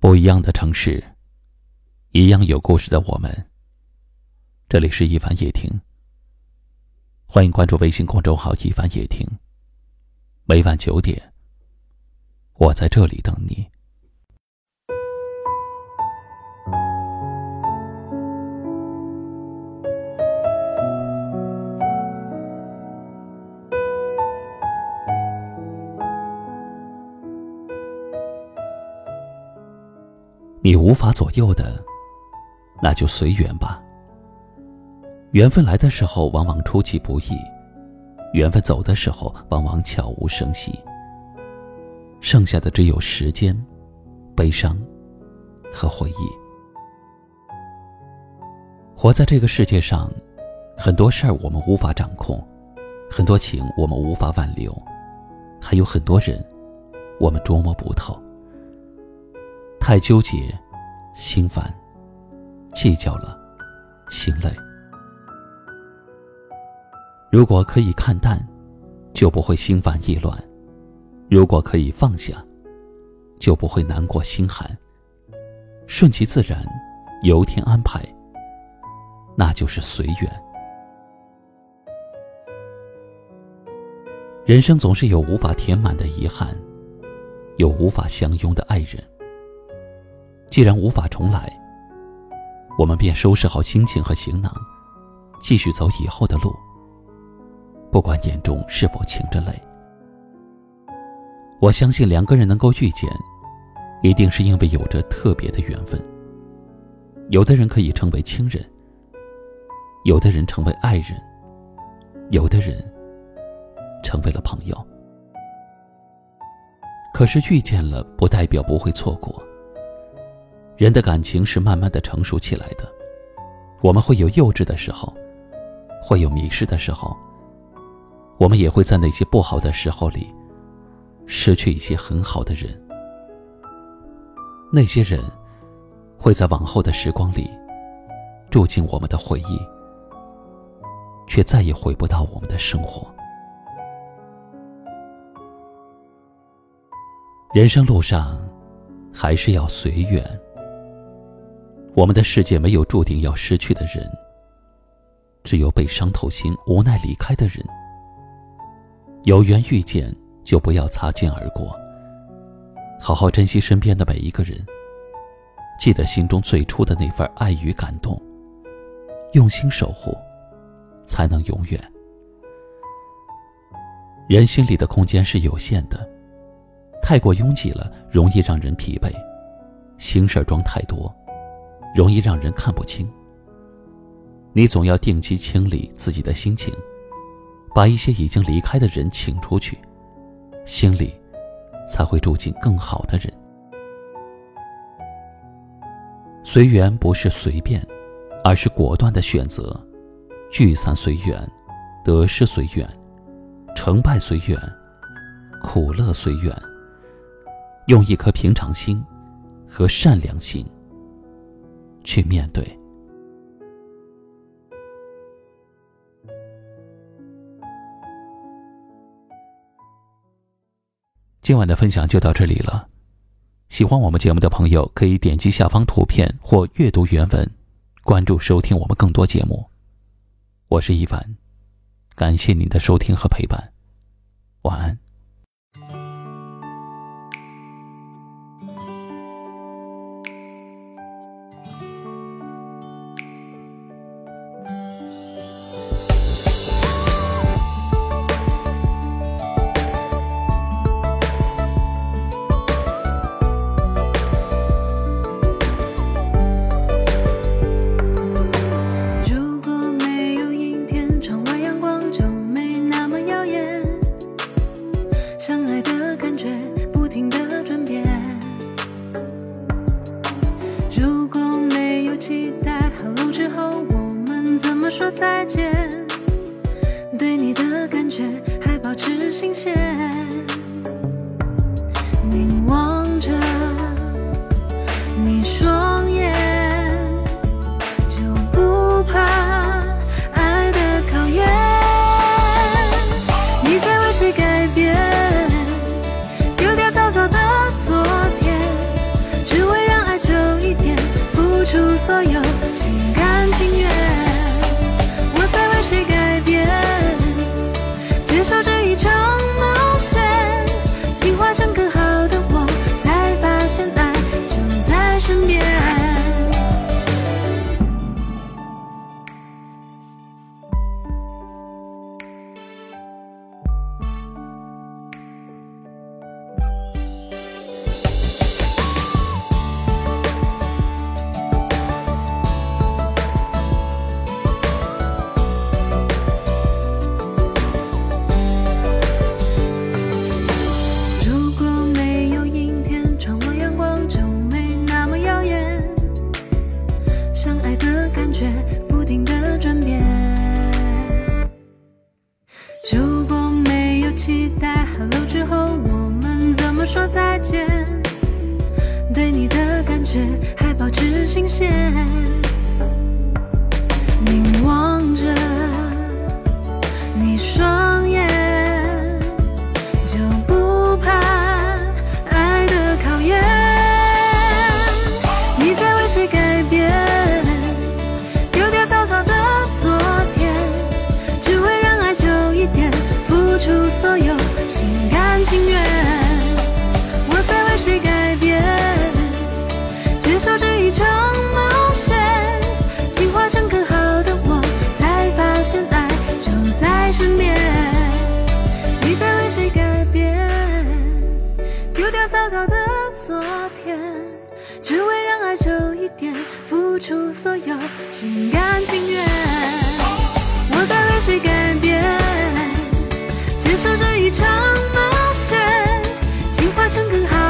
不一样的城市，一样有故事的我们。这里是一凡夜听，欢迎关注微信公众号一凡夜听。每晚9点，我在这里等你。你无法左右的，那就随缘吧。缘分来的时候往往出其不意，缘分走的时候往往悄无声息，剩下的只有时间、悲伤和回忆。活在这个世界上，很多事儿我们无法掌控，很多情我们无法挽留，还有很多人我们捉摸不透。太纠结，心烦；计较了，心累。如果可以看淡，就不会心烦意乱；如果可以放下，就不会难过心寒。顺其自然，由天安排，那就是随缘。人生总是有无法填满的遗憾，有无法相拥的爱人。既然无法重来，我们便收拾好心情和行囊，继续走以后的路，不管眼中是否噙着泪。我相信两个人能够遇见，一定是因为有着特别的缘分。有的人可以成为亲人，有的人成为爱人，有的人成为了朋友。可是遇见了，不代表不会错过。人的感情是慢慢的成熟起来的，我们会有幼稚的时候，会有迷失的时候，我们也会在那些不好的时候里失去一些很好的人。那些人会在往后的时光里住进我们的回忆，却再也回不到我们的生活。人生路上还是要随缘。我们的世界没有注定要失去的人，只有被伤透心无奈离开的人。有缘遇见，就不要擦肩而过，好好珍惜身边的每一个人，记得心中最初的那份爱与感动，用心守护，才能永远。人心里的空间是有限的，太过拥挤了，容易让人疲惫；心事装太多，容易让人看不清。你总要定期清理自己的心情，把一些已经离开的人请出去，心里才会住进更好的人。随缘不是随便，而是果断的选择。聚散随缘，得失随缘，成败随缘，苦乐随缘。用一颗平常心和善良心去面对。今晚的分享就到这里了，喜欢我们节目的朋友可以点击下方图片或阅读原文，关注收听我们更多节目。我是一凡，感谢您的收听和陪伴，晚安。 说再见，对你的感觉还保持新鲜。凝望着你双眼，就不怕爱的考验。你在为谁改变？丢掉糟糕的昨天，只为让出所有，心甘情愿。我在为谁改变，接受这一场冒险，进化成更好的我，才发现爱就在身边。不停地转变，如果没有期待 Hello 之后我们怎么说再见，对你的感觉还保持新鲜，凝望着你双眼，就不怕爱的考验。你在为谁改变，付出所有，心甘情愿。我在为谁改变，接受这一场冒险，进化成更好的我，才发现爱就在身边。你在为谁改变，丢掉糟糕的昨天，只为让爱久一点，付出所有，心甘情愿。我在为谁改变，接受这一场冒险，进化成更好